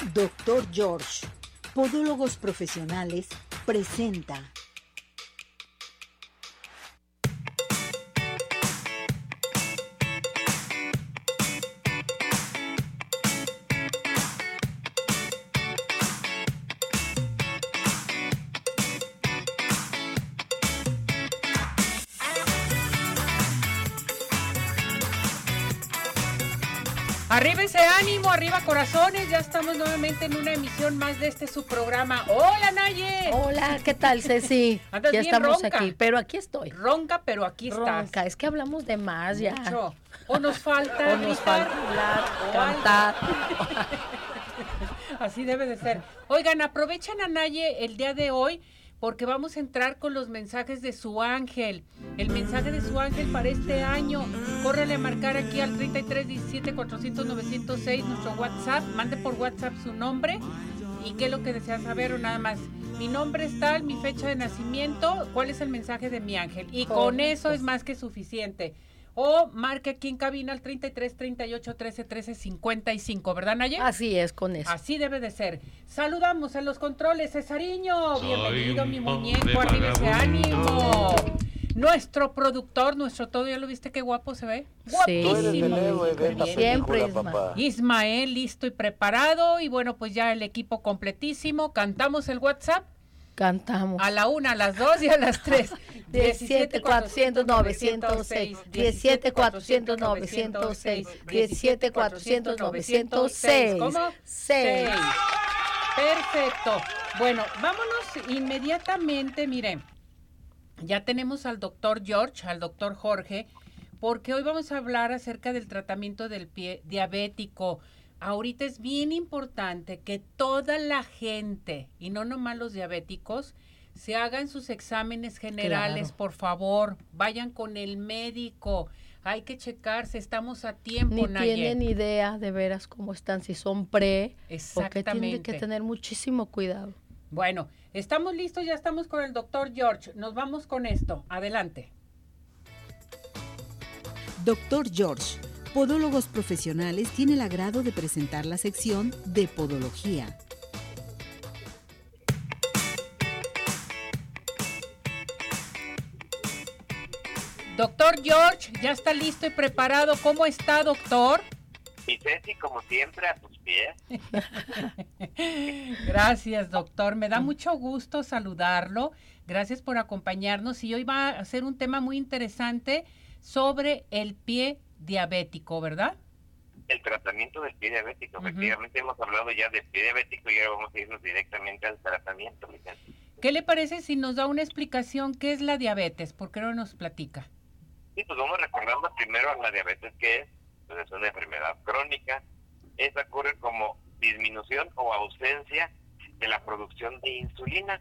Doctor George, Podólogos Profesionales, presenta. Arriba ese ánimo, arriba corazones, ya estamos nuevamente en una emisión más de su programa. ¡Hola, Naye! Hola, ¿qué tal, Ceci? Andas ya bien estamos ronca. aquí, pero aquí estoy. Ronca, pero aquí Ronca, estás. es que hablamos de más ya. Mucho. O nos falta hablar, cantar. Así debe de ser. Oigan, aprovechen a Naye el día de hoy porque vamos a entrar con los mensajes de su ángel. El mensaje de su ángel para este año. Córrele a marcar aquí al 33 17 400 906 nuestro WhatsApp. Mande por WhatsApp su nombre y qué es lo que desea saber o nada más. Mi nombre es tal, mi fecha de nacimiento, cuál es el mensaje de mi ángel. Y con eso es más que suficiente. O marque aquí en cabina al 33 38 13 13 55, ¿verdad, Naye? Así es, con eso. Así debe de ser. Saludamos en los controles, Cesariño. Bienvenido, mi muñeco, arriba ese ánimo. Nuestro productor, nuestro todo, ¿ya lo viste qué guapo se ve? Guapísimo. Siempre, Ismael, listo y preparado. Y bueno, pues ya el equipo completísimo. Cantamos el WhatsApp. Cantamos. A la 1, a las 2 y a las 3. 17 400 906. 17 400 906. 17 400 906. ¿Cómo? 6. Perfecto. Bueno, vámonos inmediatamente, miren. Ya tenemos al doctor George, al doctor Jorge, porque hoy vamos a hablar acerca del tratamiento del pie diabético. Ahorita es bien importante que toda la gente, y no nomás los diabéticos, se hagan sus exámenes generales, claro. Por favor, vayan con el médico, hay que checarse, estamos a tiempo, Naye. Ni tienen idea de veras cómo están, si son pre, exactamente. Porque tienen que tener muchísimo cuidado. Bueno, estamos listos, ya estamos con el doctor George, nos vamos con esto, adelante. Doctor George, Podólogos Profesionales, tiene el agrado de presentar la sección de Podología. Doctor George, ya está listo y preparado. ¿Cómo está, doctor? Y Ceci, como siempre, a tus pies. Gracias, doctor. Me da mucho gusto saludarlo. Gracias por acompañarnos. Y hoy va a ser un tema muy interesante sobre el pie diabético, ¿verdad? El tratamiento del pie diabético. Efectivamente, hemos hablado ya del pie diabético y ahora vamos a irnos directamente al tratamiento. ¿Qué le parece si nos da una explicación qué es la diabetes? ¿Por qué no nos platica? Sí, pues vamos recordando primero la diabetes, ¿qué es? Pues es una enfermedad crónica. Esta ocurre como disminución o ausencia de la producción de insulina.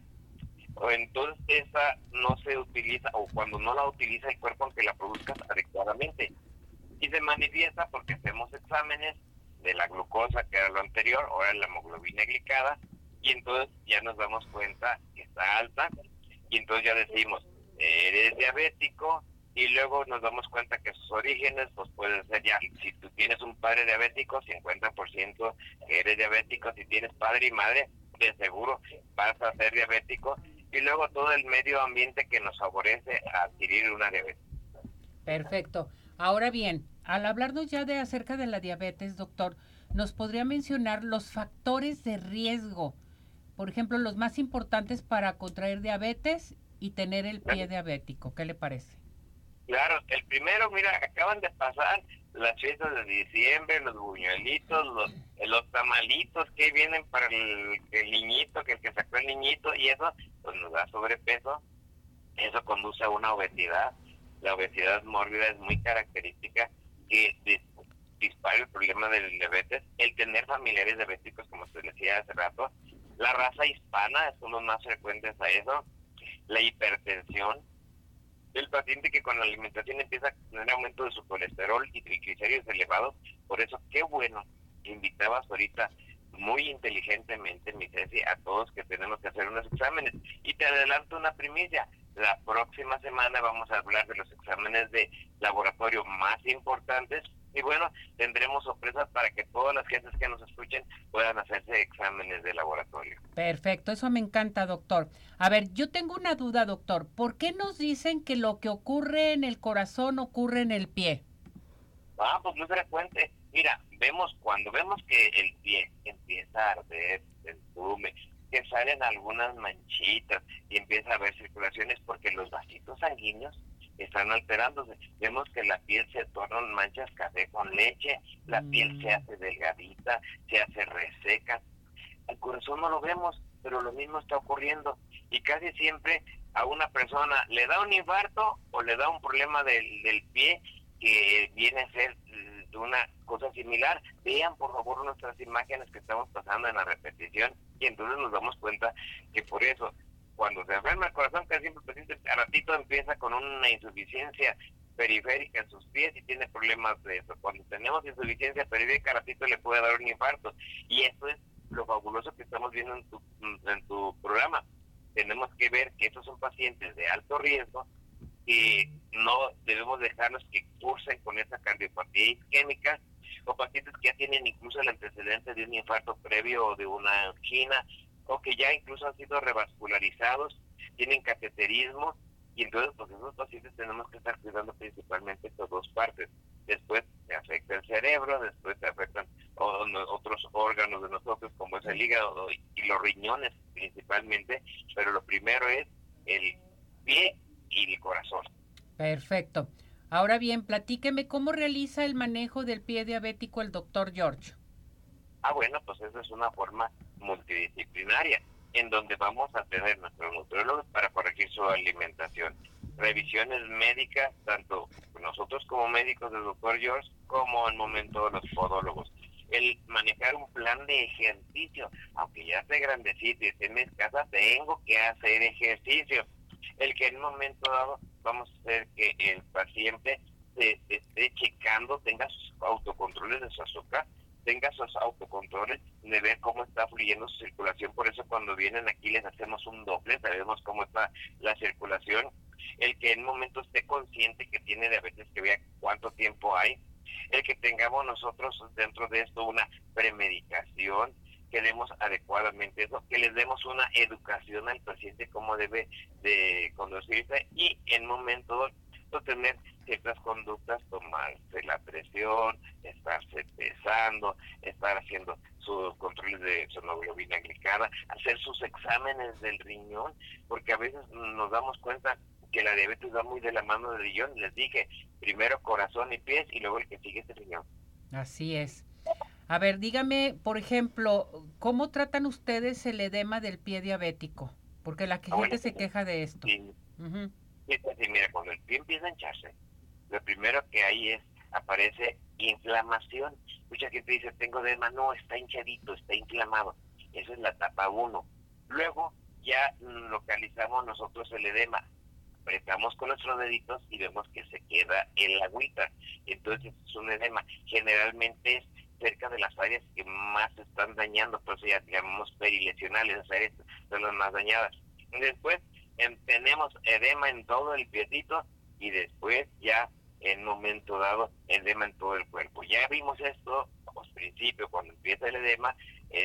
O entonces esa no se utiliza, o cuando no la utiliza el cuerpo aunque la produzca adecuadamente. Y se manifiesta porque hacemos exámenes de la glucosa, que era lo anterior, ahora la hemoglobina glicada, y entonces ya nos damos cuenta que está alta, y entonces ya decimos, eres diabético, y luego nos damos cuenta que sus orígenes, pues pueden ser ya, si tú tienes un padre diabético, 50% eres diabético, si tienes padre y madre, de seguro vas a ser diabético, y luego todo el medio ambiente que nos favorece a adquirir una diabetes. Perfecto. Ahora bien, al hablarnos ya de acerca de la diabetes, doctor, ¿nos podría mencionar los factores de riesgo? Por ejemplo, los más importantes para contraer diabetes y tener el pie diabético. ¿Qué le parece? Claro, el primero, mira, acaban de pasar las fiestas de diciembre, los buñuelitos, los tamalitos que vienen para el niñito, que el que sacó el niñito, y eso pues nos da sobrepeso, eso conduce a una obesidad. La obesidad mórbida es muy característica que dispara el problema del diabetes, el tener familiares diabéticos, como te decía hace rato, la raza hispana son los más frecuentes a eso, la hipertensión, el paciente que con la alimentación empieza a tener aumento de su colesterol y triglicéridos elevados. Por eso qué bueno que invitabas ahorita muy inteligentemente, mi Ceci, a todos que tenemos que hacer unos exámenes. Y te adelanto una primicia, la próxima semana vamos a hablar de los exámenes de laboratorio más importantes Y bueno, tendremos sorpresas para que todas las gentes que nos escuchen puedan hacerse exámenes de laboratorio. Perfecto, eso me encanta, doctor. A ver, yo tengo una duda, doctor. ¿Por qué nos dicen que lo que ocurre en el corazón ocurre en el pie? Pues muy frecuente. Mira, cuando vemos que el pie empieza a arder, se entume, que salen algunas manchitas y empieza a haber circulaciones porque los vasitos sanguíneos están alterándose. Vemos que la piel se tornan manchas café con leche, la piel se hace delgadita, se hace reseca. El corazón no lo vemos, pero lo mismo está ocurriendo. Y casi siempre a una persona le da un infarto o le da un problema del pie que viene a ser de una cosa similar. Vean por favor nuestras imágenes que estamos pasando en la repetición y entonces nos damos cuenta que por eso cuando se enferma el corazón, casi siempre el paciente a ratito empieza con una insuficiencia periférica en sus pies y tiene problemas de eso. Cuando tenemos insuficiencia periférica, a ratito le puede dar un infarto. Y esto es lo fabuloso que estamos viendo en tu programa. Tenemos que ver que estos son pacientes de alto riesgo y no debemos dejarlos que cursen con esa cardiopatía isquémica, o pacientes que ya tienen incluso el antecedente de un infarto previo o de una angina, o que ya incluso han sido revascularizados, tienen cateterismo, y entonces pues esos pacientes tenemos que estar cuidando principalmente estas dos partes. Después se afecta el cerebro, después se afectan otros órganos de nosotros como es el hígado y los riñones principalmente, pero lo primero es el pie y el corazón. Perfecto. Ahora bien, platíqueme cómo realiza el manejo del pie diabético el doctor George. Bueno, pues esa es una forma multidisciplinaria en donde vamos a tener nuestros nutriólogos para corregir su alimentación, revisiones médicas, tanto nosotros como médicos del doctor George, como en momento los podólogos. El manejar un plan de ejercicio, aunque ya esté grandecito y esté en mi casa, tengo que hacer ejercicio. El que en un momento dado vamos a hacer que el paciente se esté checando, tenga sus autocontroles de su azúcar, tenga sus autocontroles de ver cómo está fluyendo su circulación. Por eso cuando vienen aquí les hacemos un doble, sabemos cómo está la circulación. El que en un momento esté consciente que tiene diabetes, que vea cuánto tiempo hay. El que tengamos nosotros dentro de esto una premedicación, que demos adecuadamente eso, que les demos una educación al paciente cómo debe de conducirse, y en momentos tener ciertas conductas, tomarse la presión, estarse pesando, estar haciendo sus controles de su hemoglobina glicada, hacer sus exámenes del riñón, porque a veces nos damos cuenta que la diabetes va muy de la mano del riñón. Les dije, primero corazón y pies y luego el que sigue es el riñón. Así es. A ver, dígame, por ejemplo, ¿cómo tratan ustedes el edema del pie diabético? Porque la gente se queja de esto. Sí. Sí, mira, cuando el pie empieza a hincharse, lo primero que hay aparece inflamación. Mucha gente dice, tengo edema. No, está hinchadito, está inflamado. Esa es la etapa 1. Luego ya localizamos nosotros el edema. Apretamos con nuestros deditos y vemos que se queda el agüita. Entonces es un edema. Generalmente es cerca de las áreas que más se están dañando, por eso ya llamamos perilesionales, esas áreas son las más dañadas. Después tenemos edema en todo el piecito y después ya en un momento dado edema en todo el cuerpo. Ya vimos esto al principio, cuando empieza el edema,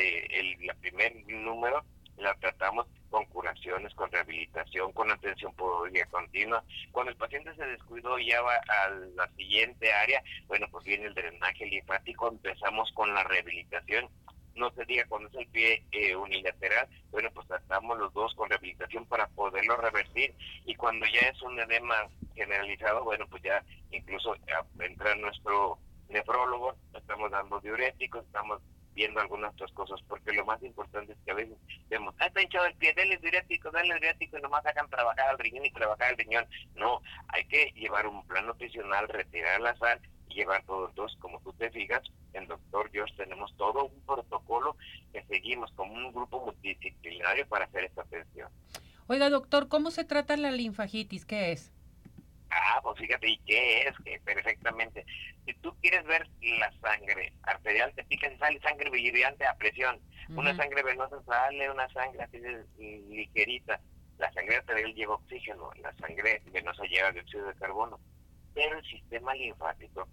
la primer número la tratamos con curaciones, con rehabilitación, con atención podológica continua. Cuando el paciente se descuidó y ya va a la siguiente área, bueno, pues viene el drenaje linfático, empezamos con la rehabilitación. No se diga cuando es el pie unilateral, bueno, pues tratamos los dos con rehabilitación para poderlo revertir, y cuando ya es un edema generalizado, bueno, pues ya incluso entra nuestro nefrólogo, estamos dando diuréticos, estamos viendo algunas otras cosas, porque lo más importante es que a veces vemos, está hinchado el pie, denle diurético y nomás hagan trabajar al riñón y trabajar el riñón. No, hay que llevar un plan nutricional, retirar la sal y llevar todo. Entonces, como tú te fijas, en Dr. George tenemos todo un protocolo que seguimos como un grupo multidisciplinario para hacer esta atención. Oiga, doctor, ¿cómo se trata la linfagitis? ¿Qué es? Pues fíjate, ¿y qué es? Que perfectamente. Si tú quieres ver la sangre arterial, te fijas y sale sangre brillante a presión. Una sangre venosa sale una sangre así ligerita. La sangre arterial lleva oxígeno, la sangre venosa lleva dióxido de carbono. Pero el sistema linfático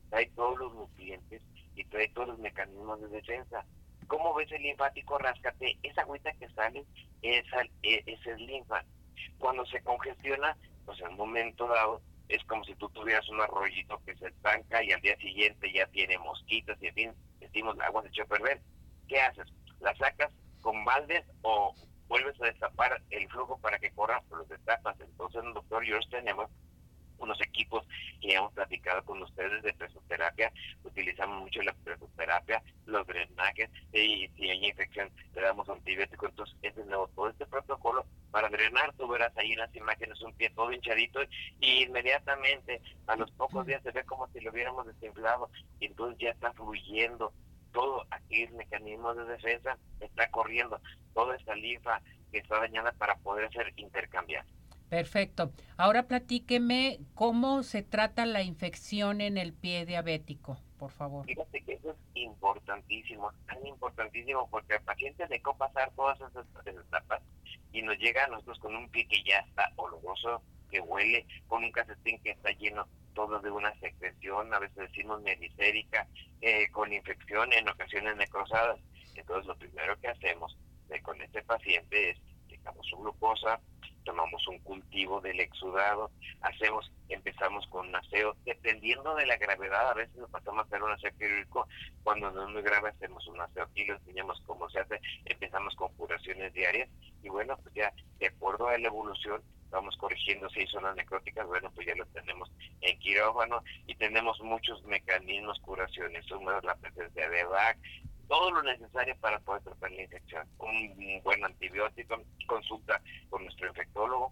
trae todos los nutrientes y trae todos los mecanismos de defensa. ¿Cómo ves el linfático? Ráscate, esa agüita que sale, esa es linfa. Cuando se congestiona, pues en un momento dado, es como si tú tuvieras un arroyito que se estanca y al día siguiente ya tiene mosquitas y en fin, decimos, el agua se echó a perder. ¿Qué haces? ¿La sacas con baldes o vuelves a destapar el flujo para que corra? Pues los destapas. Entonces en el Dr. George tenemos unos equipos que ya hemos platicado con ustedes de presoterapia. Utilizamos mucho la presoterapia, los drenajes, y si hay infección le damos antibiótico. Entonces es de nuevo todo este protocolo para drenar. Tú verás ahí en las imágenes un pie todo hinchadito y inmediatamente a los pocos días se ve como si lo hubiéramos desinflado y entonces ya está fluyendo todo aquí, el mecanismo de defensa está corriendo, toda esta linfa que está dañada para poder ser intercambiada. Perfecto. Ahora platíqueme cómo se trata la infección en el pie diabético, por favor. Fíjate que eso es importantísimo, tan importantísimo, porque al paciente le dejó pasar todas esas etapas y nos llega a nosotros con un pie que ya está oloroso, que huele, con un calcetín que está lleno todo de una secreción, a veces decimos melisérica, con infección, en ocasiones necrosadas. Entonces lo primero que hacemos con este paciente es dejamos su glucosa, tomamos un cultivo del exudado, empezamos con un aseo, dependiendo de la gravedad, a veces nos pasamos a hacer un aseo quirúrgico, cuando no es muy grave hacemos un aseo aquí, lo enseñamos cómo se hace, empezamos con curaciones diarias, y bueno, pues ya de acuerdo a la evolución, vamos corrigiendo si hay zonas necróticas, bueno, pues ya lo tenemos en quirófano, y tenemos muchos mecanismos, curaciones húmedas, la presencia de VAC, todo lo necesario para poder tratar la infección. Un buen antibiótico, consulta con nuestro infectólogo.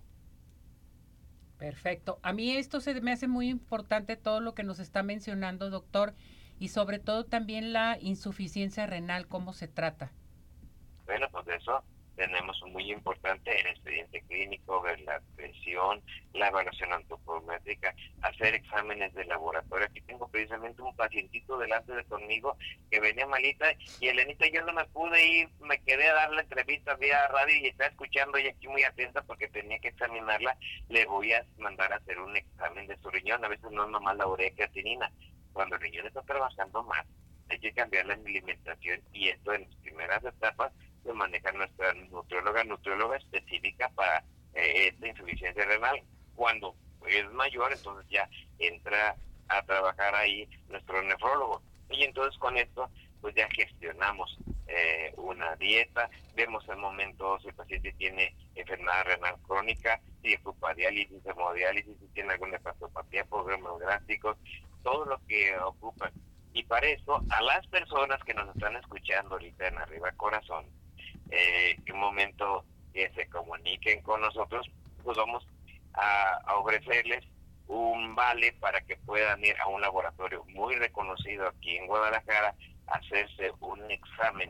Perfecto. A mí esto se me hace muy importante todo lo que nos está mencionando, doctor, y sobre todo también la insuficiencia renal, ¿cómo se trata? Bueno, pues de eso tenemos muy importante el expediente clínico, ver la presión, la evaluación antropométrica, hacer exámenes de laboratorio. Aquí tengo precisamente un pacientito delante de conmigo que venía malita y Elenita, yo no me pude ir, me quedé a dar la entrevista vía radio y está escuchando y aquí muy atenta porque tenía que examinarla. Le voy a mandar a hacer un examen de su riñón, a veces no es nomás la urea creatinina. Cuando el riñón está trabajando más, hay que cambiar la alimentación y esto en las primeras etapas de manejar nuestra nutrióloga específica para esta insuficiencia renal. Cuando es mayor, entonces ya entra a trabajar ahí nuestro nefrólogo. Y entonces con esto, pues ya gestionamos una dieta, vemos el momento si el paciente tiene enfermedad renal crónica, si ocupa diálisis, hemodiálisis, si tiene alguna hepatopatía, problemas gástricos, todo lo que ocupa. Y para eso, a las personas que nos están escuchando ahorita en Arriba Corazón, que un momento que se comuniquen con nosotros, pues vamos a ofrecerles un vale para que puedan ir a un laboratorio muy reconocido aquí en Guadalajara, hacerse un examen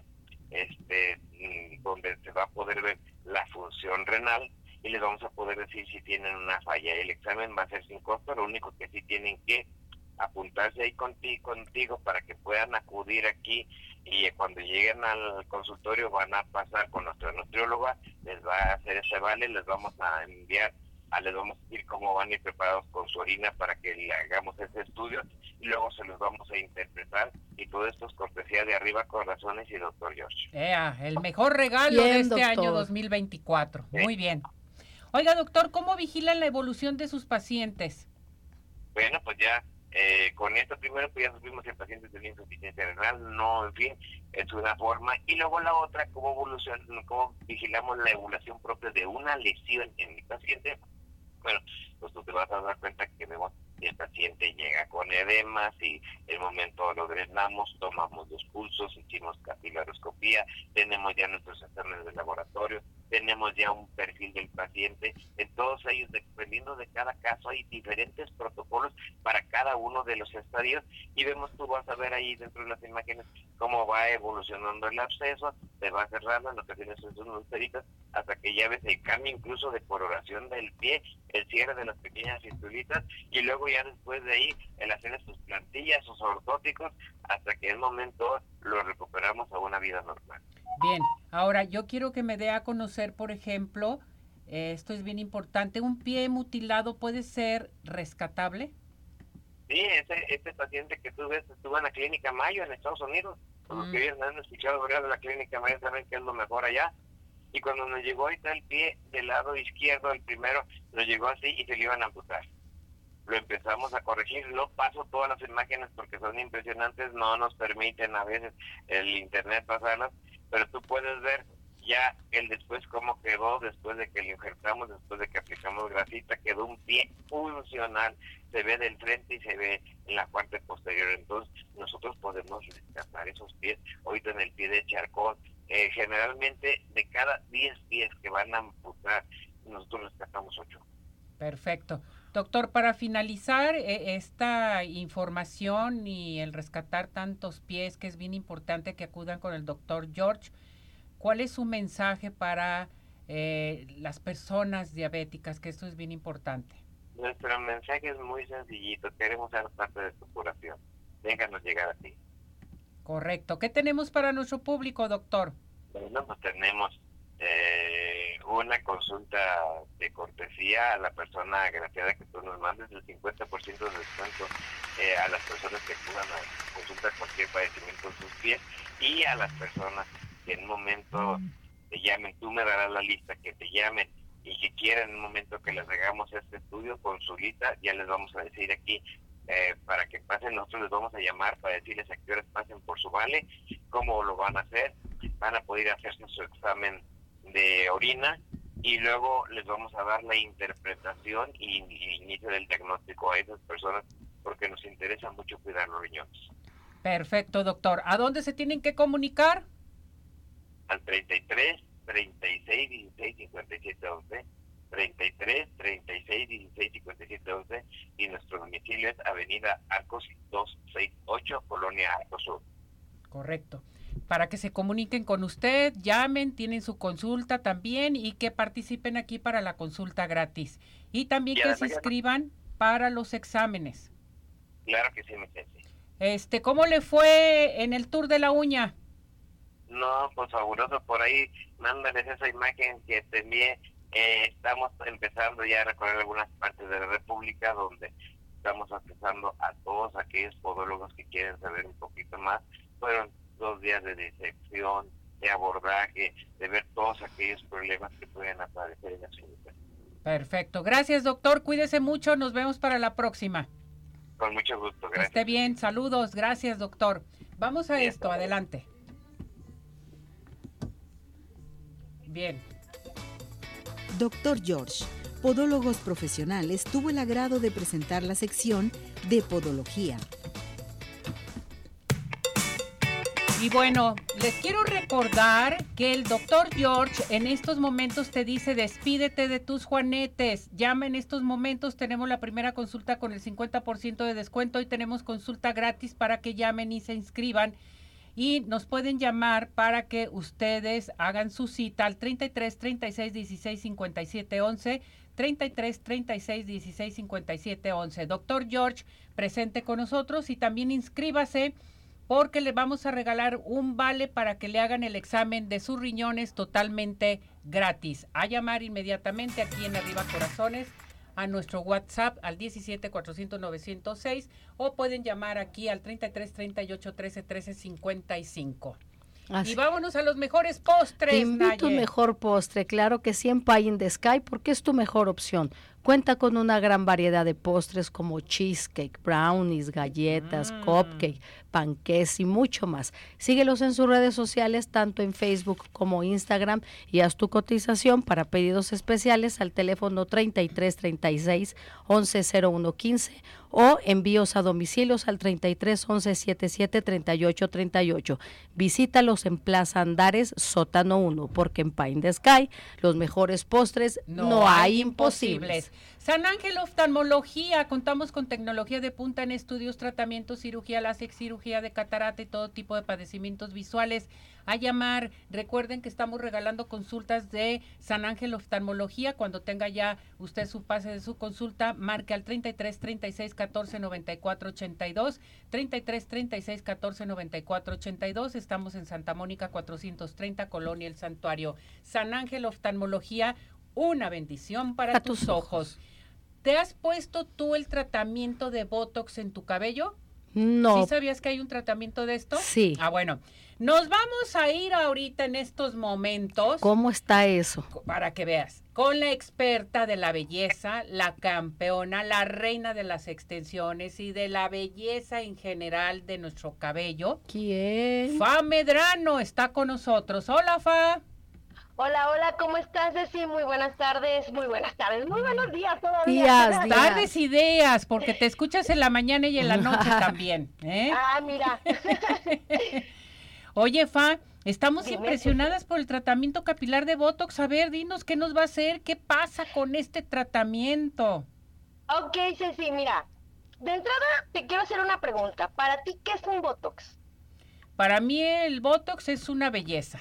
donde se va a poder ver la función renal y les vamos a poder decir si tienen una falla. El examen va a ser sin costo, lo único que sí tienen que apuntarse ahí contigo para que puedan acudir aquí y cuando lleguen al consultorio van a pasar con nuestra nutrióloga, les va a hacer ese vale, les vamos a enviar, les vamos a decir cómo van a ir preparados con su orina para que le hagamos ese estudio y luego se los vamos a interpretar y todo esto es cortesía de Arriba Corazones y Dr. George. El mejor regalo bien, de este doctor. año 2024. Sí. Muy bien. Oiga, doctor, ¿cómo vigilan la evolución de sus pacientes? Bueno, pues ya con esto primero pues ya supimos que el paciente tenía insuficiencia renal, no, en fin, es una forma, y luego la otra, cómo vigilamos la evolución propia de una lesión en mi paciente. Bueno, pues tú te vas a dar cuenta que vemos que el paciente llega con edemas y el momento lo drenamos, tomamos los pulsos, hicimos capilaroscopía, tenemos ya nuestros exámenes de laboratorio, tenemos ya un perfil del paciente. En todos ellos, dependiendo de cada caso, hay diferentes protocolos para cada uno de los estadios y vemos, tú vas a ver ahí dentro de las imágenes cómo va evolucionando el absceso, se va cerrando, en ocasiones son unos ulceritas, hasta que ya ves el cambio incluso de coloración del pie, el cierre de las pequeñas fistulitas y luego ya después de ahí el hacer sus plantillas, sus ortóticos, hasta que en el momento lo recuperamos a una vida normal. Bien, ahora yo quiero que me dé a conocer, por ejemplo, esto es bien importante, ¿un pie mutilado puede ser rescatable? Sí, ese paciente que tú ves estuvo en la Clínica Mayo en Estados Unidos. Los que han escuchado hablar de la Clínica Mayo saben que es lo mejor allá. Y cuando nos llegó ahorita el pie del lado izquierdo, el primero, nos llegó así y se le iban a amputar. Lo empezamos a corregir. No paso todas las imágenes porque son impresionantes, no nos permiten a veces el internet pasarlas, pero tú puedes ver ya el después cómo quedó, después de que lo injertamos, después de que aplicamos grasita, quedó un pie funcional, se ve del frente y se ve en la parte posterior. Entonces nosotros podemos rescatar esos pies. Ahorita en el pie de Charcot, generalmente de cada 10 pies que van a amputar, nosotros rescatamos 8. Perfecto. Doctor, para finalizar esta información y el rescatar tantos pies, que es bien importante que acudan con el doctor George, ¿cuál es su mensaje para las personas diabéticas? Que esto es bien importante. Nuestro mensaje es muy sencillito. Queremos ser parte de tu curación. Déjanos llegar a ti. Correcto. ¿Qué tenemos para nuestro público, doctor? Bueno, pues tenemos una consulta de cortesía a la persona agraciada que tú nos mandes, el 50% de descuento a las personas que acudan a consultar cualquier padecimiento en sus pies, y a las personas que en un momento te llamen, tú me darás la lista, que te llamen y que quieran en un momento que les hagamos este estudio con su lista, ya les vamos a decir aquí para que pasen, nosotros les vamos a llamar para decirles a qué horas pasen por su vale, cómo lo van a hacer, van a poder hacerse su examen de orina y luego les vamos a dar la interpretación y inicio del diagnóstico a esas personas, porque nos interesa mucho cuidar los riñones. Perfecto, doctor. ¿A dónde se tienen que comunicar? Al 33 36 16 57 11, 33 36 16 57 11, y nuestro domicilio es Avenida Arcos 268, Colonia Arcos Sur. Correcto. Para que se comuniquen con usted, llamen, tienen su consulta también, y que participen aquí para la consulta gratis. Y también que se inscriban para los exámenes. Claro que sí, mi gente. ¿Cómo le fue en el tour de la uña? No, pues fabuloso. Por ahí, mándales esa imagen que te envié. Estamos empezando ya a recorrer algunas partes de la República donde estamos accesando a todos aquellos podólogos que quieren saber un poquito más. Fueron 2 días de disección, de abordaje, de ver todos aquellos problemas que pueden aparecer en la clínica. Perfecto. Gracias, doctor. Cuídese mucho. Nos vemos para la próxima. Con mucho gusto. Gracias. Esté bien. Saludos. Gracias, doctor. Vamos a esto. Adelante. Bien. Doctor George, Podólogos Profesionales, tuvo el agrado de presentar la sección de Podología. Y bueno, les quiero recordar que el doctor George en estos momentos te dice: despídete de tus juanetes. Llama en estos momentos, tenemos la primera consulta con el 50% de descuento y tenemos consulta gratis para que llamen y se inscriban. Y nos pueden llamar para que ustedes hagan su cita al 33 36 16 57 11, 33 36 16 57 11. Doctor George, presente con nosotros, y también inscríbase, porque le vamos a regalar un vale para que le hagan el examen de sus riñones totalmente gratis. A llamar inmediatamente aquí en Arriba Corazones a nuestro WhatsApp al 17 400 906, o pueden llamar aquí al 33 38 13 13 55. Así. Y vámonos a los mejores postres. Te invito a un mejor postre, claro que sí, en Pie in the Sky, porque es tu mejor opción. Cuenta con una gran variedad de postres como cheesecake, brownies, galletas, cupcake, panqués y mucho más. Síguelos en sus redes sociales, tanto en Facebook como Instagram, y haz tu cotización para pedidos especiales al teléfono 33 36 11 01 15 o envíos a domicilios al 33 11 77 38 38. Visítalos en Plaza Andares, sótano 1, porque en Pie in the Sky los mejores postres no hay imposibles. San Ángel Oftalmología, contamos con tecnología de punta en estudios, tratamientos, cirugía láser, cirugía de catarata y todo tipo de padecimientos visuales. A llamar, recuerden que estamos regalando consultas de San Ángel Oftalmología. Cuando tenga ya usted su pase de su consulta, marque al 33 36 14 94 82, 33 36 14 94 82. Estamos en Santa Mónica 430, Colonia El Santuario. San Ángel Oftalmología, una bendición para tus ojos. ¿Te has puesto tú el tratamiento de Botox en tu cabello? No. ¿Sí sabías que hay un tratamiento de esto? Sí. Ah, bueno. Nos vamos a ir ahorita en estos momentos. ¿Cómo está eso? Para que veas. Con la experta de la belleza, la campeona, la reina de las extensiones y de la belleza en general de nuestro cabello. ¿Quién? Fa Medrano está con nosotros. Hola, Fa. Hola, hola, ¿cómo estás, Ceci? Muy buenas tardes, muy buenos días todavía. Días. Tardes y días, porque te escuchas en la mañana y en la noche también. Ah, mira. Oye, Fa, estamos Dime, impresionadas por el tratamiento capilar de Botox. A ver, dinos qué nos va a hacer, qué pasa con este tratamiento. Ok, Ceci, mira, de entrada te quiero hacer una pregunta. ¿Para ti qué es un Botox? Para mí el Botox es una belleza,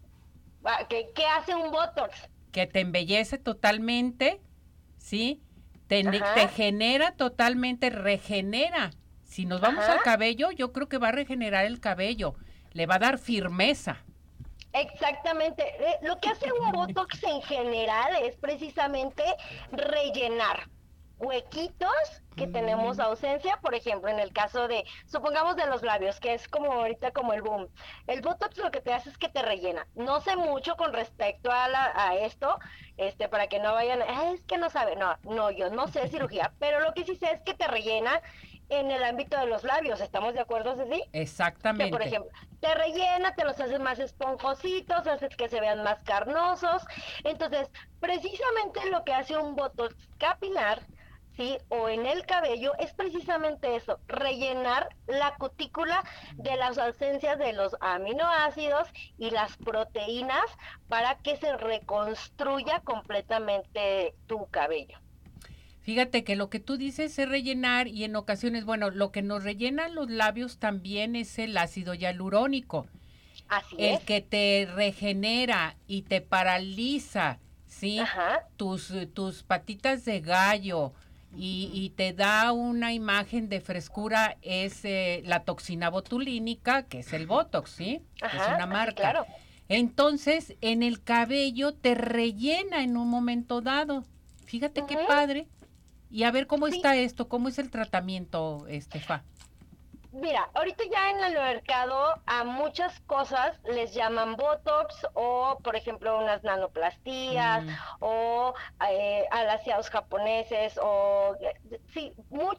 ¿Qué hace un Botox? que te embellece totalmente, ¿sí? Te Ajá. genera totalmente, regenera. Si nos vamos Ajá. al cabello, yo creo que va a regenerar el cabello, le va a dar firmeza. Exactamente. Lo que hace un Botox en general es precisamente rellenar huequitos que tenemos ausencia, por ejemplo, en el caso de, supongamos de los labios, que es como ahorita como el boom. El Botox lo que te hace es que te rellena. No sé mucho con respecto a esto, para que no vayan, es que no sabe, no, yo no sé cirugía, pero lo que sí sé es que te rellena en el ámbito de los labios, ¿estamos de acuerdo, Ceci? Exactamente. Que, por ejemplo, te rellena, te los haces más esponjositos, haces que se vean más carnosos. Entonces, precisamente lo que hace un Botox capilar, ¿sí? O en el cabello, es precisamente eso, rellenar la cutícula de las ausencias de los aminoácidos y las proteínas para que se reconstruya completamente tu cabello. Fíjate que lo que tú dices es rellenar y en ocasiones, bueno, lo que nos rellena los labios también es el ácido hialurónico. Así El es. que te regenera y te paraliza, ¿sí? Ajá. Tus patitas de gallo y te da una imagen de frescura es la toxina botulínica, que es el Botox, ¿sí? Ajá, Es una sí, marca. claro. Entonces, en el cabello te rellena en un momento dado. Fíjate qué Ujú. padre. Y a ver cómo Sí. está esto, cómo es el tratamiento, Fa. Mira, ahorita ya en el mercado a muchas cosas les llaman Botox o, por ejemplo, unas nanoplastías o alaciados japoneses o, sí,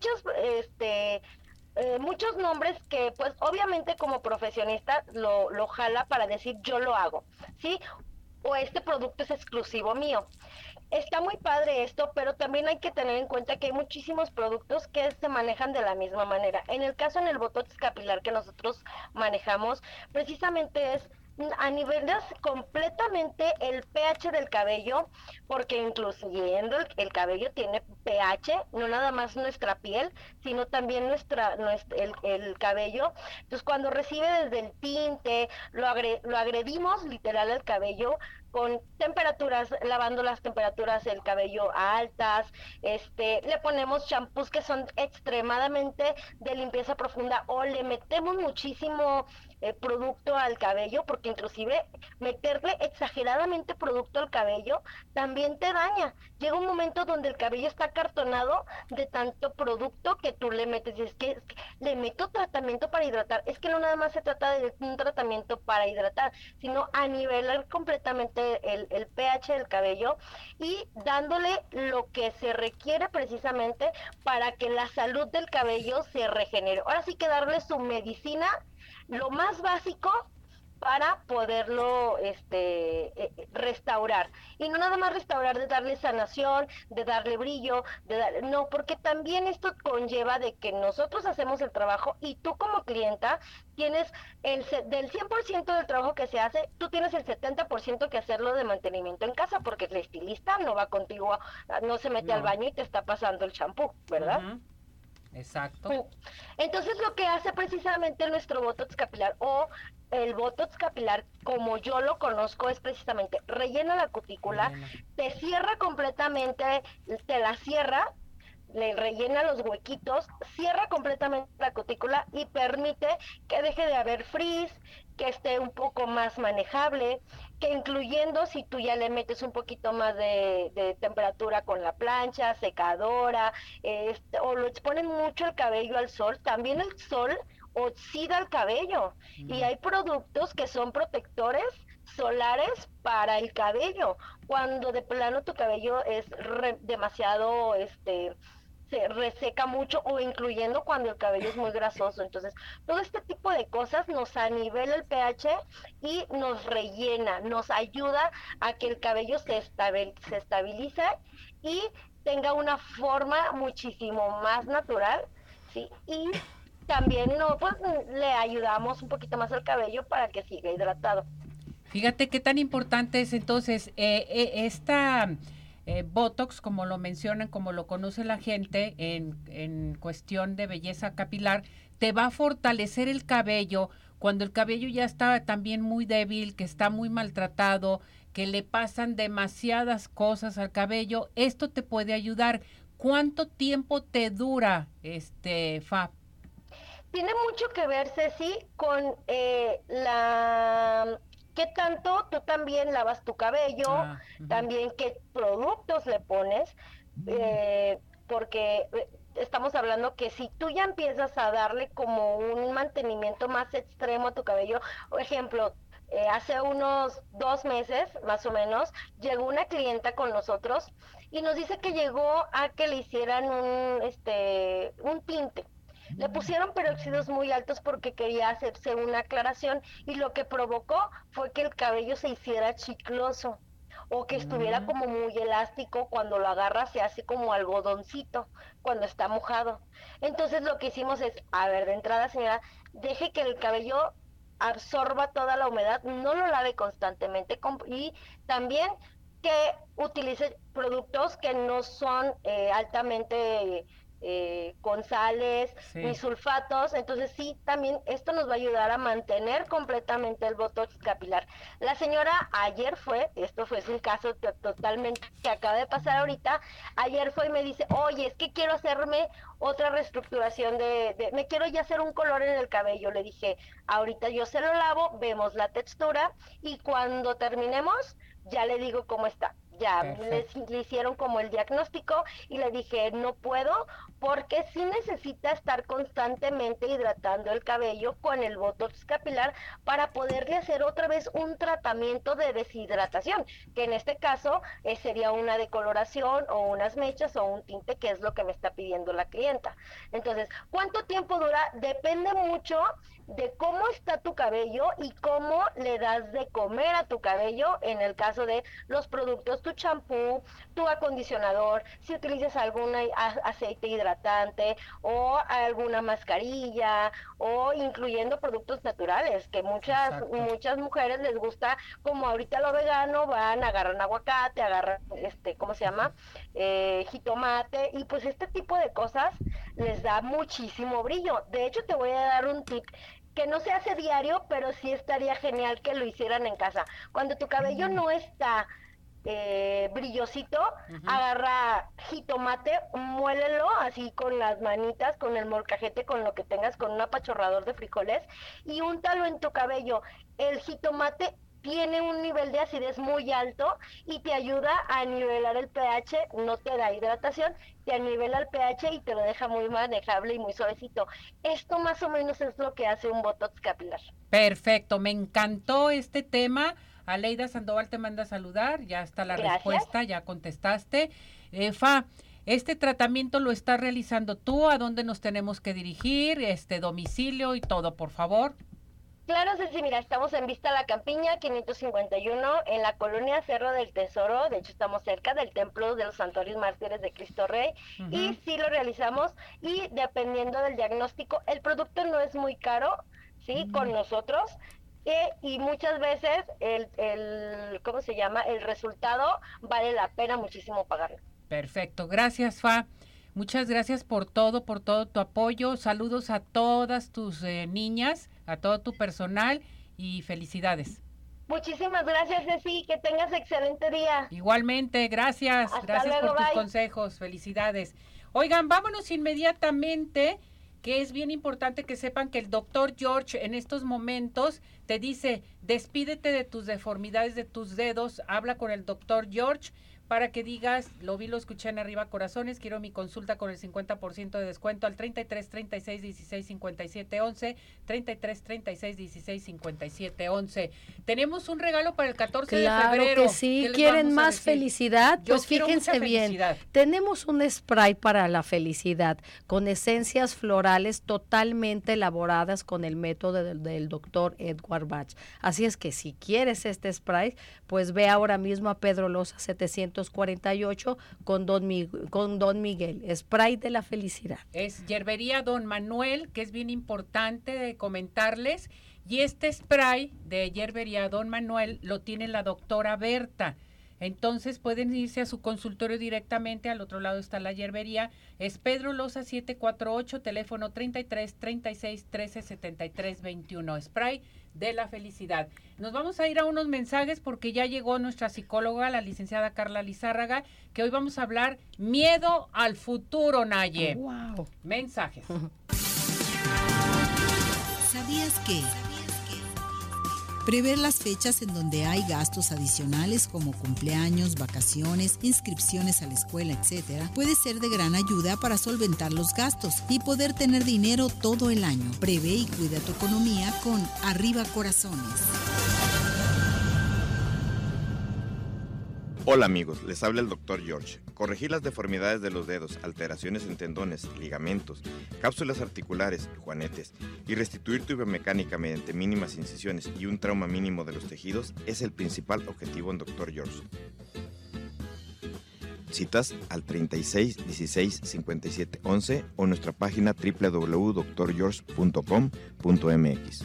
muchos nombres que, pues, obviamente como profesionista lo jala para decir yo lo hago, ¿sí? O este producto es exclusivo mío. Está muy padre esto, pero también hay que tener en cuenta que hay muchísimos productos que se manejan de la misma manera. En el caso en el Botox capilar que nosotros manejamos, precisamente es a niveles completamente el pH del cabello, porque incluyendo el cabello tiene pH, no nada más nuestra piel, sino también el cabello. Entonces cuando recibe desde el tinte, lo agredimos literal al cabello, con temperaturas, lavando las temperaturas del cabello a altas, le ponemos champús que son extremadamente de limpieza profunda o le metemos muchísimo producto al cabello, porque inclusive meterle exageradamente producto al cabello también te daña. Llega un momento donde el cabello está acartonado de tanto producto que tú le metes, y es que le meto tratamiento para hidratar. Es que no nada más se trata de un tratamiento para hidratar, sino a nivelar completamente el pH del cabello y dándole lo que se requiere precisamente para que la salud del cabello se regenere. Ahora sí que darle su medicina, lo más básico para poderlo restaurar. Y no nada más restaurar de darle sanación, de darle brillo, no, porque también esto conlleva de que nosotros hacemos el trabajo y tú como clienta tienes del 100% del trabajo que se hace, tú tienes el 70% que hacerlo de mantenimiento en casa, porque el estilista no va contigo, no se mete al baño y te está pasando el champú, ¿verdad? Uh-huh. Exacto. Entonces lo que hace precisamente nuestro Botox capilar o el Botox capilar, como yo lo conozco, es precisamente rellena la cutícula, te cierra completamente, te la cierra, le rellena los huequitos, cierra completamente la cutícula y permite que deje de haber frizz, que esté un poco más manejable, que incluyendo si tú ya le metes un poquito más de temperatura con la plancha, secadora, o lo exponen mucho el cabello al sol, también el sol oxida el cabello y hay productos que son protectores solares para el cabello, cuando de plano tu cabello es demasiado, se reseca mucho, o incluyendo cuando el cabello es muy grasoso. Entonces, todo este tipo de cosas nos anivela el pH y nos rellena, nos ayuda a que el cabello se estabilice y tenga una forma muchísimo más natural, ¿sí? Y también pues, le ayudamos un poquito más al cabello para que siga hidratado. Fíjate qué tan importante es entonces esta Botox, como lo mencionan, como lo conoce la gente en cuestión de belleza capilar, te va a fortalecer el cabello cuando el cabello ya está también muy débil, que está muy maltratado, que le pasan demasiadas cosas al cabello. Esto te puede ayudar. ¿Cuánto tiempo te dura, Fa? Tiene mucho que ver, Ceci, con qué tanto tú también lavas tu cabello, también qué productos le pones, porque estamos hablando que si tú ya empiezas a darle como un mantenimiento más extremo a tu cabello, por ejemplo, hace unos 2 meses, más o menos, llegó una clienta con nosotros y nos dice que llegó a que le hicieran un tinte. Le pusieron peróxidos muy altos porque quería hacerse una aclaración y lo que provocó fue que el cabello se hiciera chicloso o que estuviera como muy elástico. Cuando lo agarras se hace como algodoncito cuando está mojado. Entonces lo que hicimos es, a ver, de entrada, señora, deje que el cabello absorba toda la humedad, no lo lave constantemente y también que utilice productos que no son altamente con sales ni sulfatos. Entonces sí, también esto nos va a ayudar a mantener completamente el botox capilar. La señora ayer esto fue un caso totalmente que acaba de pasar ahorita, ayer fue y me dice, oye, es que quiero hacerme otra reestructuración me quiero ya hacer un color en el cabello. Le dije, ahorita yo se lo lavo, vemos la textura y cuando terminemos ya le digo cómo está. Ya le hicieron como el diagnóstico y le dije, no puedo, porque sí necesita estar constantemente hidratando el cabello con el botox capilar para poderle hacer otra vez un tratamiento de deshidratación, que en este caso sería una decoloración o unas mechas o un tinte, que es lo que me está pidiendo la clienta. Entonces, ¿cuánto tiempo dura? Depende mucho de cómo está tu cabello y cómo le das de comer a tu cabello. En el caso de los productos, tu champú, tu acondicionador, si utilizas algún aceite hidratante o alguna mascarilla, o incluyendo productos naturales, que muchas mujeres les gusta, como ahorita lo vegano, agarran aguacate, agarran ¿cómo se llama? Jitomate, y pues este tipo de cosas les da muchísimo brillo. De hecho, te voy a dar un tip que no se hace diario, pero sí estaría genial que lo hicieran en casa. Cuando tu cabello no está brillosito, agarra jitomate, muélelo así con las manitas, con el molcajete, con lo que tengas, con un apachorrador de frijoles, y úntalo en tu cabello. El jitomate tiene un nivel de acidez muy alto y te ayuda a nivelar el pH, no te da hidratación, te anivela el pH y te lo deja muy manejable y muy suavecito. Esto más o menos es lo que hace un botox capilar. Perfecto, me encantó este tema. Aleida Sandoval te manda a saludar, ya está la respuesta, ya contestaste. Fa, ¿este tratamiento lo estás realizando tú? ¿A dónde nos tenemos que dirigir? Domicilio y todo, por favor. Claro, Ceci, mira, estamos en Vista La Campiña, 551, en la colonia Cerro del Tesoro. De hecho, estamos cerca del Templo de los Santuarios Mártires de Cristo Rey. Y sí lo realizamos, y dependiendo del diagnóstico, el producto no es muy caro, ¿sí? Con nosotros. Y muchas veces ¿cómo se llama? El resultado vale la pena muchísimo pagarlo. Perfecto, gracias, Fa. Muchas gracias por todo tu apoyo. Saludos a todas tus niñas, a todo tu personal y felicidades. Muchísimas gracias, Ceci, que tengas excelente día. Igualmente, gracias. Hasta gracias luego, por tus bye. consejos, felicidades. Oigan, vámonos inmediatamente que es bien importante que sepan que el doctor George en estos momentos te dice, despídete de tus deformidades de tus dedos, habla con el doctor George para que digas, lo vi, lo escuché en Arriba Corazones, quiero mi consulta con el 50% de descuento al 33 36 16 57 11, 33 36 16 57 11. Tenemos un regalo para el 14 de febrero. Claro que sí, ¿quieren más felicidad? Yo Pues fíjense bien, tenemos un spray para la felicidad con esencias florales totalmente elaboradas con el método del doctor Edward Bach. Así es que si quieres este spray, pues ve ahora mismo a Pedro Loza 748 con Don Miguel, spray de la felicidad. Es Hierbería Don Manuel, que es bien importante de comentarles, y este spray de Hierbería Don Manuel lo tiene la doctora Berta. Entonces pueden irse a su consultorio directamente, al otro lado está la hierbería, es Pedro Loza 748, teléfono 33 36 13 73 21, spray de la felicidad. Nos vamos a ir a unos mensajes porque ya llegó nuestra psicóloga, la licenciada Carla Lizárraga, que hoy vamos a hablar miedo al futuro, Naye. Wow. Mensajes. ¿Sabías que? Prever las fechas en donde hay gastos adicionales como cumpleaños, vacaciones, inscripciones a la escuela, etc., puede ser de gran ayuda para solventar los gastos y poder tener dinero todo el año. Prevé y cuida tu economía con Arriba Corazones. Hola amigos, les habla el Dr. George. Corregir las deformidades de los dedos, alteraciones en tendones, ligamentos, cápsulas articulares, juanetes y restituir tu biomecánica mediante mínimas incisiones y un trauma mínimo de los tejidos es el principal objetivo en Dr. George. Citas al 36 16 57 11 o nuestra página www.drgeorge.com.mx.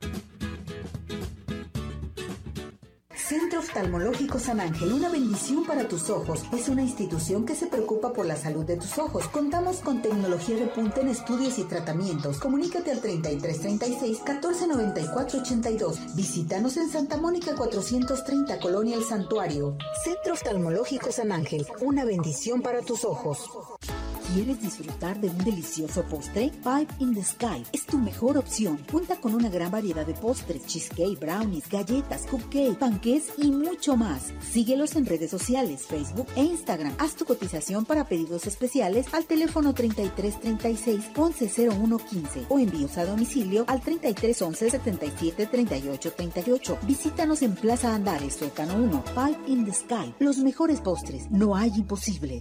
Centro Oftalmológico San Ángel, una bendición para tus ojos. Es una institución que se preocupa por la salud de tus ojos. Contamos con tecnología de punta en estudios y tratamientos. Comunícate al 33 36 14 94 82. Visítanos en Santa Mónica 430, Colonia El Santuario. Centro Oftalmológico San Ángel, una bendición para tus ojos. ¿Quieres disfrutar de un delicioso postre? Five in the Sky es tu mejor opción. Cuenta con una gran variedad de postres, cheesecake, brownies, galletas, cupcake, panqués y mucho más. Síguelos en redes sociales, Facebook e Instagram. Haz tu cotización para pedidos especiales al teléfono 33 36 11 01 15 o envíos a domicilio al 33 11 77 38 38. Visítanos en Plaza Andares, Sótano 1. Five in the Sky. Los mejores postres. No hay imposible.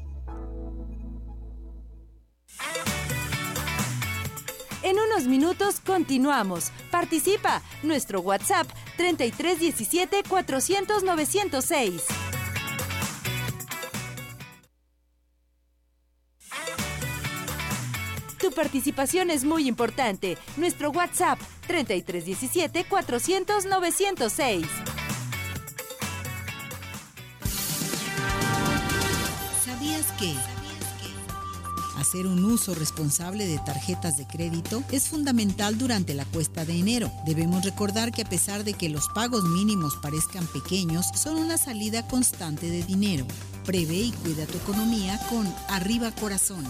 En unos minutos continuamos. Participa. Nuestro WhatsApp 3317 400 906. Tu participación es muy importante. Nuestro WhatsApp 3317 400 906. ¿Sabías que? Hacer un uso responsable de tarjetas de crédito es fundamental durante la cuesta de enero. Debemos recordar que a pesar de que los pagos mínimos parezcan pequeños, son una salida constante de dinero. Prevé y cuida tu economía con Arriba Corazones.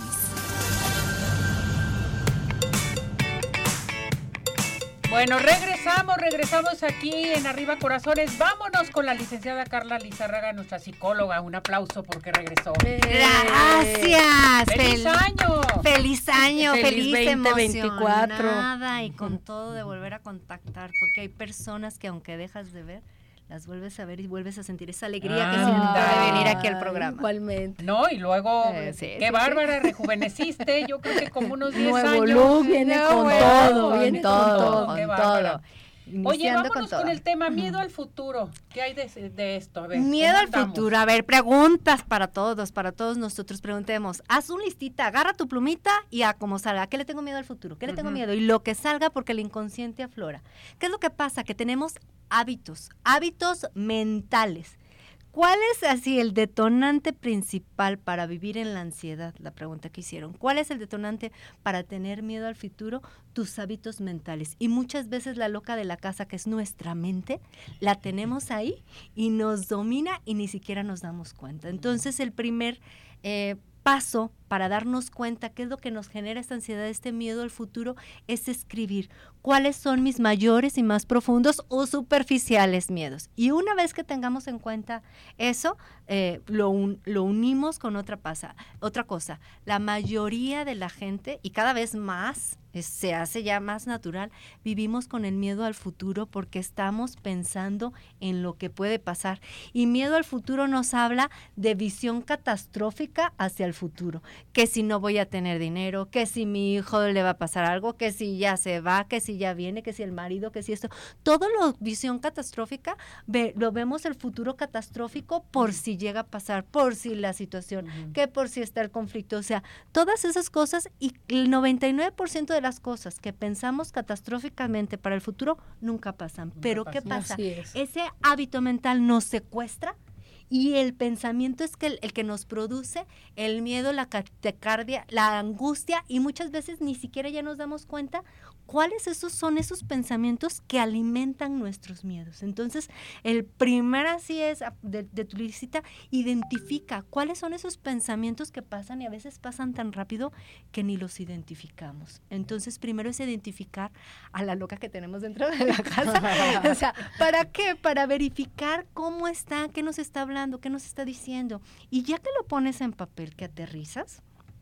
Bueno, regresamos aquí en Arriba Corazones. Vámonos con la licenciada Carla Lizárraga, nuestra psicóloga. Un aplauso porque regresó. Gracias. ¡Feliz año! ¡Feliz año! ¡Feliz 2024! Emocionada y con todo de volver a contactar, porque hay personas que aunque dejas de ver, las vuelves a ver y vuelves a sentir esa alegría que siento de venir aquí al programa. Igualmente. No, y luego, qué bárbara, rejuveneciste, yo creo que como unos 10 Nuevo años. look, viene con todo, viene con todo. Qué bárbara. Oye, vámonos con el tema miedo al futuro. ¿Qué hay de esto? A ver, miedo al futuro. A ver, preguntas para todos nosotros. Preguntemos, haz un listita, agarra tu plumita y a como salga. ¿A qué le tengo miedo al futuro? ¿Qué le tengo miedo? Y lo que salga porque el inconsciente aflora. ¿Qué es lo que pasa? Que tenemos hábitos mentales. ¿Cuál es así el detonante principal para vivir en la ansiedad? La pregunta que hicieron. ¿Cuál es el detonante para tener miedo al futuro? Tus hábitos mentales. Y muchas veces la loca de la casa, que es nuestra mente, la tenemos ahí y nos domina y ni siquiera nos damos cuenta. Entonces el primer paso para darnos cuenta qué es lo que nos genera esta ansiedad, este miedo al futuro, es escribir cuáles son mis mayores y más profundos o superficiales miedos. Y una vez que tengamos en cuenta eso, lo unimos con otra cosa. La mayoría de la gente, y cada vez más, se hace ya más natural, vivimos con el miedo al futuro porque estamos pensando en lo que puede pasar. Y miedo al futuro nos habla de visión catastrófica hacia el futuro. Que si no voy a tener dinero, que si mi hijo le va a pasar algo, que si ya se va, que si ya viene, que si el marido, que si esto. Todo lo visión catastrófica, lo vemos el futuro catastrófico por si llega a pasar, por si la situación, que por si está el conflicto. O sea, todas esas cosas, y el 99% de las cosas que pensamos catastróficamente para el futuro nunca pasan. Pero ¿qué pasa? Ese hábito mental nos secuestra y el pensamiento es que el que nos produce el miedo, la taquicardia, la angustia, y muchas veces ni siquiera ya nos damos cuenta cuáles son esos pensamientos que alimentan nuestros miedos. Entonces, el primer así es de tu lista, identifica cuáles son esos pensamientos que pasan, y a veces pasan tan rápido que ni los identificamos. Entonces, primero es identificar a la loca que tenemos dentro de la casa. O sea, ¿para qué? Para verificar cómo está, qué nos está hablando, qué nos está diciendo. Y ya que lo pones en papel, que aterrizas,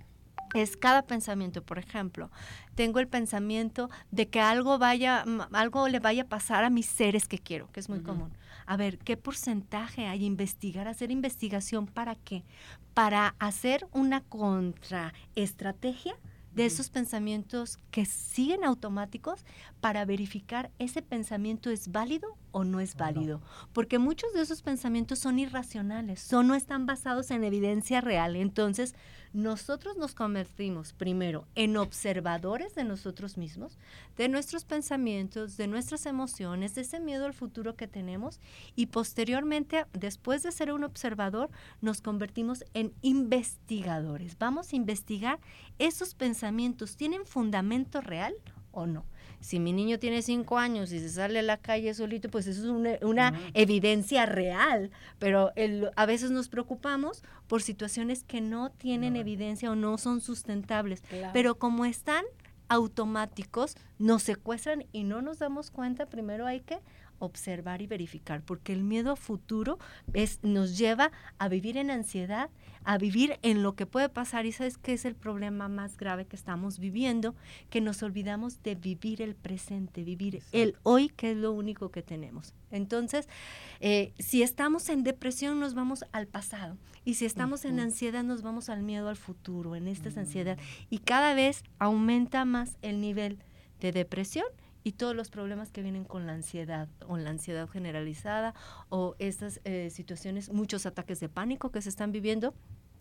es cada pensamiento. Por ejemplo, tengo el pensamiento de que algo le vaya a pasar a mis seres que quiero, que es muy común. A ver, ¿qué porcentaje hay? Hacer investigación. ¿Para qué? Para hacer una contraestrategia de esos pensamientos que siguen automáticos, para verificar ese pensamiento es válido o no es válido. Porque muchos de esos pensamientos son irracionales, no están basados en evidencia real. Entonces, nosotros nos convertimos primero en observadores de nosotros mismos, de nuestros pensamientos, de nuestras emociones, de ese miedo al futuro que tenemos, y posteriormente, después de ser un observador, nos convertimos en investigadores. Vamos a investigar esos pensamientos, ¿tienen fundamento real o no? Si mi niño tiene 5 años y se sale a la calle solito, pues eso es una evidencia real, pero a veces nos preocupamos por situaciones que no tienen evidencia o no son sustentables, pero como están automáticos, nos secuestran y no nos damos cuenta. Primero hay que observar y verificar, porque el miedo a futuro nos lleva a vivir en ansiedad, a vivir en lo que puede pasar. Y ¿sabes qué es el problema más grave que estamos viviendo? Que nos olvidamos de vivir el presente, vivir el hoy, que es lo único que tenemos. Entonces, si estamos en depresión, nos vamos al pasado, y si estamos en ansiedad, nos vamos al miedo al futuro, en esta ansiedad, y cada vez aumenta más el nivel de depresión y todos los problemas que vienen con la ansiedad, o la ansiedad generalizada, o estas situaciones, muchos ataques de pánico que se están viviendo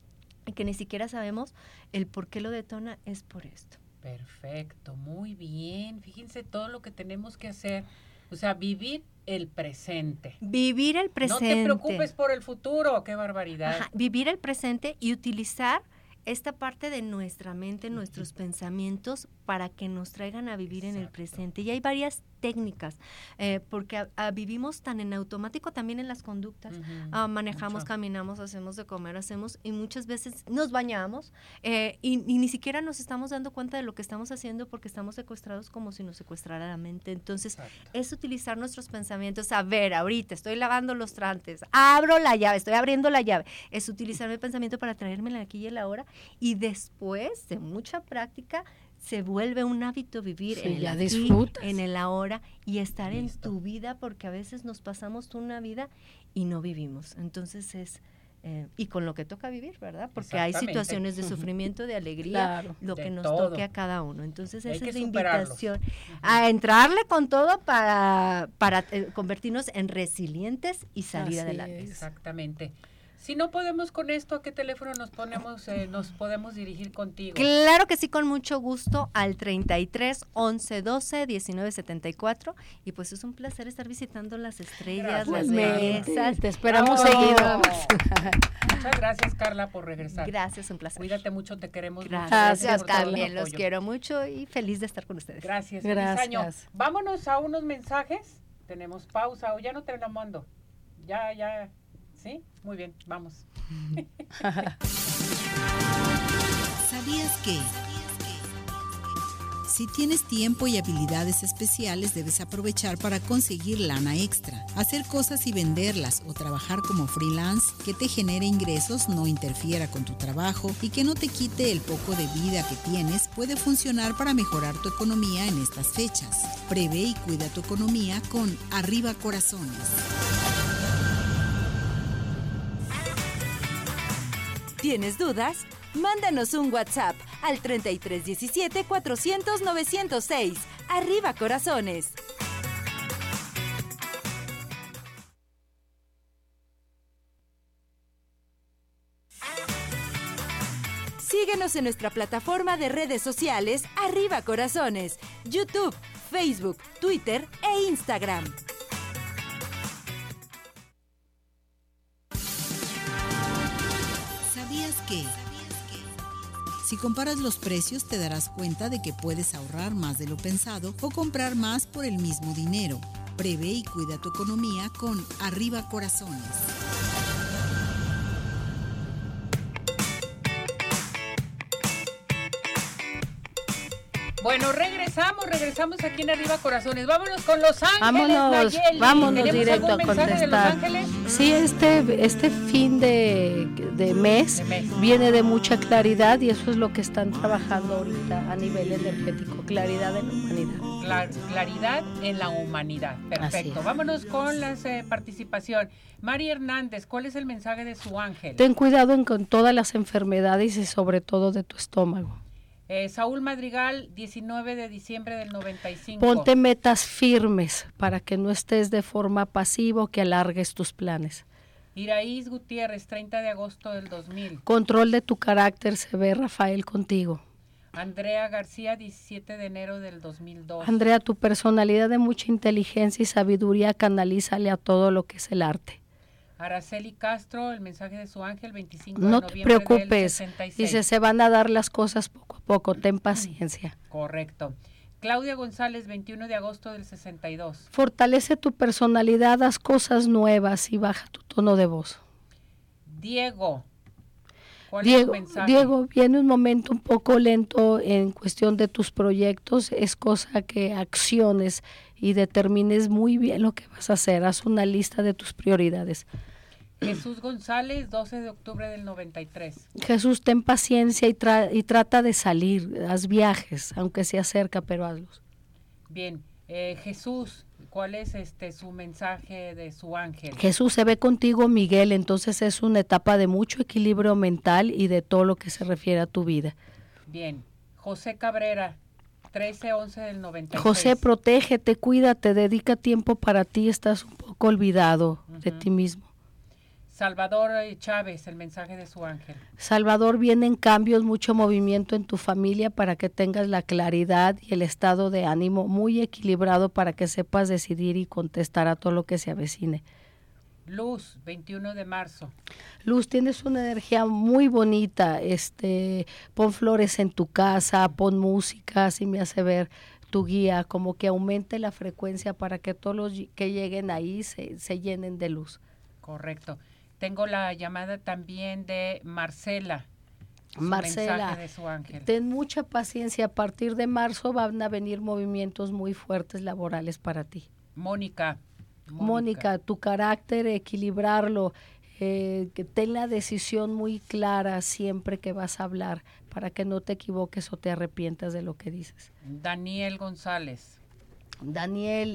y que ni siquiera sabemos el por qué lo detona. Es por esto. Perfecto, muy bien. Fíjense todo lo que tenemos que hacer. O sea, vivir el presente. Vivir el presente. No te preocupes por el futuro, qué barbaridad. Ajá, vivir el presente y utilizar esta parte de nuestra mente, nuestros pensamientos, para que nos traigan a vivir en el presente. Y hay varias técnicas, porque vivimos tan en automático también en las conductas. Manejamos, caminamos, hacemos de comer, y muchas veces nos bañamos y ni siquiera nos estamos dando cuenta de lo que estamos haciendo, porque estamos secuestrados como si nos secuestrara la mente. Entonces, es utilizar nuestros pensamientos. A ver, ahorita estoy lavando los trastes, abro la llave, estoy abriendo la llave. Es utilizar mi pensamiento para traérmela aquí y en la hora, y después de mucha práctica se vuelve un hábito vivir en el aquí, en el ahora, y estar en tu vida, porque a veces nos pasamos una vida y no vivimos. Entonces y con lo que toca vivir, ¿verdad? Porque hay situaciones de sufrimiento, de alegría, lo que nos toque a cada uno. Entonces esa es la invitación a entrarle con todo para convertirnos en resilientes y salir adelante. Exactamente. Si no podemos con esto, ¿a qué teléfono nos podemos dirigir contigo? Claro que sí, con mucho gusto, al 33 11 12 19 74. Y pues es un placer estar visitando las estrellas, las bellezas. Te esperamos seguido. Muchas gracias, Carla, por regresar. Gracias, un placer. Cuídate mucho, te queremos mucho. Gracias, también los quiero mucho y feliz de estar con ustedes. Gracias. Feliz año. Vámonos a unos mensajes. Tenemos pausa, o ya no te la mando. Ya. ¿Sí? Muy bien, vamos. ¿Sabías que? Si tienes tiempo y habilidades especiales, debes aprovechar para conseguir lana extra. Hacer cosas y venderlas o trabajar como freelance que te genere ingresos, no interfiera con tu trabajo y que no te quite el poco de vida que tienes, puede funcionar para mejorar tu economía en estas fechas. Prevé y cuida tu economía con Arriba Corazones. ¿Tienes dudas? Mándanos un WhatsApp al 3317-400-906. ¡Arriba, corazones! Síguenos en nuestra plataforma de redes sociales Arriba Corazones, YouTube, Facebook, Twitter e Instagram. ¿Sabías que? Si comparas los precios, te darás cuenta de que puedes ahorrar más de lo pensado o comprar más por el mismo dinero. Prevé y cuida tu economía con Arriba Corazones. Bueno, regresamos aquí en Arriba Corazones. Vámonos con Los Ángeles. Vámonos ¿Tenemos directo algún a mensaje de Los contestar. Ángeles? Sí, este fin de mes viene de mucha claridad y eso es lo que están trabajando ahorita a nivel energético, claridad en la humanidad. Claridad en la humanidad. Perfecto. Vámonos con la participación. Mari Hernández, ¿cuál es el mensaje de su ángel? Ten cuidado con todas las enfermedades y sobre todo de tu estómago. Saúl Madrigal, 19 de diciembre del 95. Ponte metas firmes para que no estés de forma pasiva o que alargues tus planes. Iraíz Gutiérrez, 30 de agosto del 2000. Control de tu carácter, se ve Rafael contigo. Andrea García, 17 de enero del 2002. Andrea, tu personalidad de mucha inteligencia y sabiduría, canalízale a todo lo que es el arte. Araceli Castro, el mensaje de su ángel, 25 de No noviembre te preocupes, del 66. dice, se van a dar las cosas poco a poco, ten paciencia. Correcto. Claudia González, 21 de agosto del 62. Fortalece tu personalidad, haz cosas nuevas y baja tu tono de voz. Diego, ¿cuál es tu mensaje? Diego, viene un momento un poco lento en cuestión de tus proyectos, es cosa que acciones y determines muy bien lo que vas a hacer, haz una lista de tus prioridades. Jesús González, 12 de octubre del 93. Jesús, ten paciencia y trata de salir, haz viajes, aunque sea cerca, pero hazlos. Bien, Jesús, ¿cuál es su mensaje de su ángel? Jesús, se ve contigo, Miguel, entonces es una etapa de mucho equilibrio mental y de todo lo que se refiere a tu vida. Bien, José Cabrera, 13-11 del 96. José, protégete, cuídate, dedica tiempo para ti, estás un poco olvidado de ti mismo. Salvador Chávez, el mensaje de su ángel. Salvador, vienen cambios, mucho movimiento en tu familia para que tengas la claridad y el estado de ánimo muy equilibrado para que sepas decidir y contestar a todo lo que se avecine. Luz, 21 de marzo. Luz, tienes una energía muy bonita, pon flores en tu casa, pon música, así me hace ver tu guía, como que aumente la frecuencia para que todos los que lleguen ahí se llenen de luz. Correcto. Tengo la llamada también de Marcela. Marcela, de su ángel. Ten mucha paciencia, a partir de marzo van a venir movimientos muy fuertes laborales para ti. Mónica, tu carácter, equilibrarlo, que ten la decisión muy clara siempre que vas a hablar para que no te equivoques o te arrepientas de lo que dices. Daniel González. Daniel,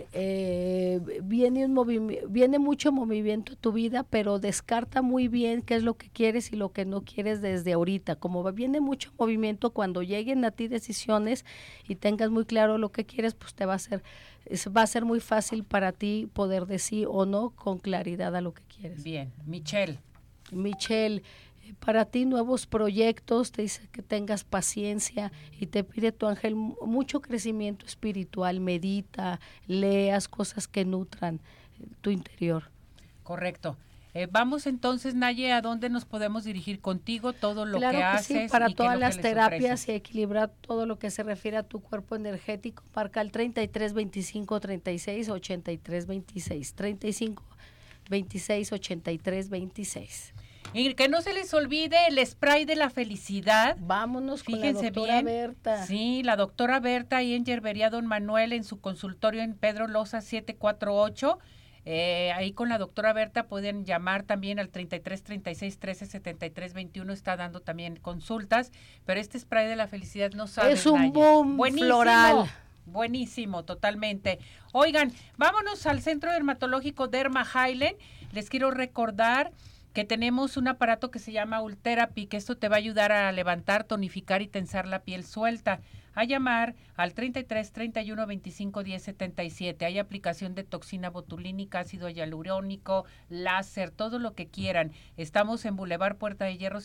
viene mucho movimiento en tu vida, pero descarta muy bien qué es lo que quieres y lo que no quieres desde ahorita. Como viene mucho movimiento, cuando lleguen a ti decisiones y tengas muy claro lo que quieres, pues va a ser muy fácil para ti poder decir o no con claridad a lo que quieres. Bien, Michelle, para ti nuevos proyectos, te dice que tengas paciencia y te pide tu ángel mucho crecimiento espiritual, medita, leas cosas que nutran tu interior. Correcto. Vamos entonces, Naye, ¿a dónde nos podemos dirigir contigo? Todo lo claro que sí, haces. para y todas qué las les terapias ofreces. y equilibrar todo lo que se refiere a tu cuerpo energético, marca el 33 25 36 83 26, 35 26 83 26. Y que no se les olvide el spray de la felicidad. Vámonos con Fíjense la doctora bien. Berta. Sí, la doctora Berta ahí en Yerbería Don Manuel en su consultorio en Pedro Loza 748. Ahí con la doctora Berta pueden llamar también al 33 36 13 73 21, está dando también consultas, pero este spray de la felicidad no sabe. Es un boom floral. Buenísimo, totalmente. Oigan, vámonos al Centro Dermatológico Derma Highland. Les quiero recordar que tenemos un aparato que se llama Ultherapy, que esto te va a ayudar a levantar, tonificar y tensar la piel suelta. A llamar al 33 31 25 10 77. Hay aplicación de toxina botulínica, ácido hialurónico, láser, todo lo que quieran. Estamos en Boulevard Puerta de Hierro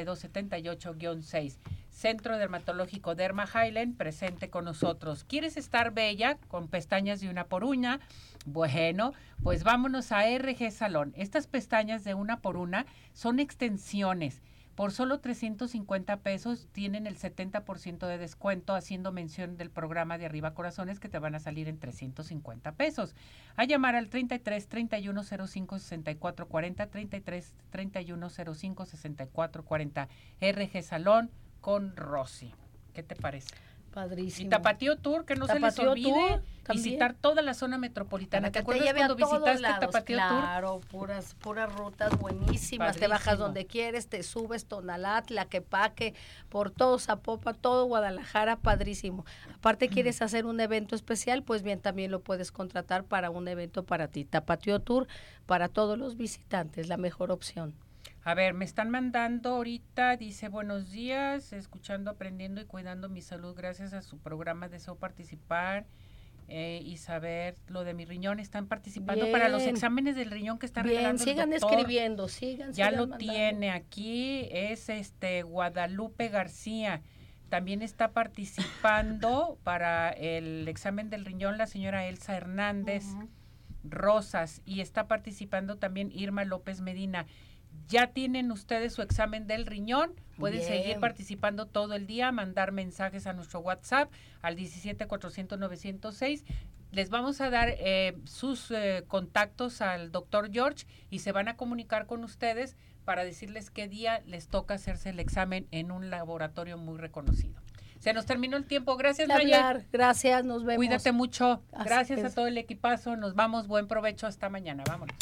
5278-6. Centro Dermatológico Derma Highland, presente con nosotros. ¿Quieres estar bella con pestañas de una por una? Bueno, pues vámonos a RG Salón. Estas pestañas de una por una son extensiones. Por solo 350 pesos tienen el 70% de descuento, haciendo mención del programa de Arriba Corazones, que te van a salir en 350 pesos. A llamar al 33 31 05 64 40, 33 31 05 64 40. RG Salón con Rosy. ¿Qué te parece? Padrísimo. Y Tapatío Tour, que no Tapatío se les olvide Tour, visitar toda la zona metropolitana. Para ¿Te que acuerdas lleve cuando a todos visitaste lados? Tapatío Tour? Claro, puras rutas buenísimas. Padrísimo. Te bajas donde quieres, te subes Tonalá, Tlaquepaque, por todo Zapopan, todo Guadalajara, padrísimo. Aparte, ¿quieres hacer un evento especial? Pues bien, también lo puedes contratar para un evento para ti. Tapatío Tour, para todos los visitantes, la mejor opción. A ver, me están mandando ahorita, dice, buenos días, escuchando, aprendiendo y cuidando mi salud gracias a su programa, deseo participar y saber lo de mi riñón. Están participando Bien. para los exámenes del riñón que está regalando Sigan el doctor. escribiendo, sigan Ya lo mandando. tiene, aquí es Guadalupe García. También está participando para el examen del riñón la señora Elsa Hernández Rosas, y está participando también Irma López Medina. Ya tienen ustedes su examen del riñón, pueden Bien. seguir participando todo el día, mandar mensajes a nuestro WhatsApp al 17-400-906. Les vamos a dar sus contactos al doctor George y se van a comunicar con ustedes para decirles qué día les toca hacerse el examen en un laboratorio muy reconocido. Se nos terminó el tiempo. Gracias, Nayel. Gracias, nos vemos. Cuídate mucho. Así Gracias es. a todo el equipazo. Nos vamos. Buen provecho. Hasta mañana. Vámonos.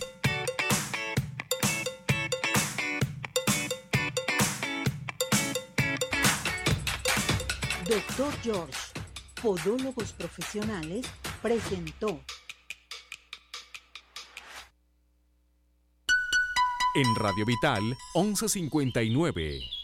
Doctor George, Podólogos Profesionales, presentó. En Radio Vital 1159.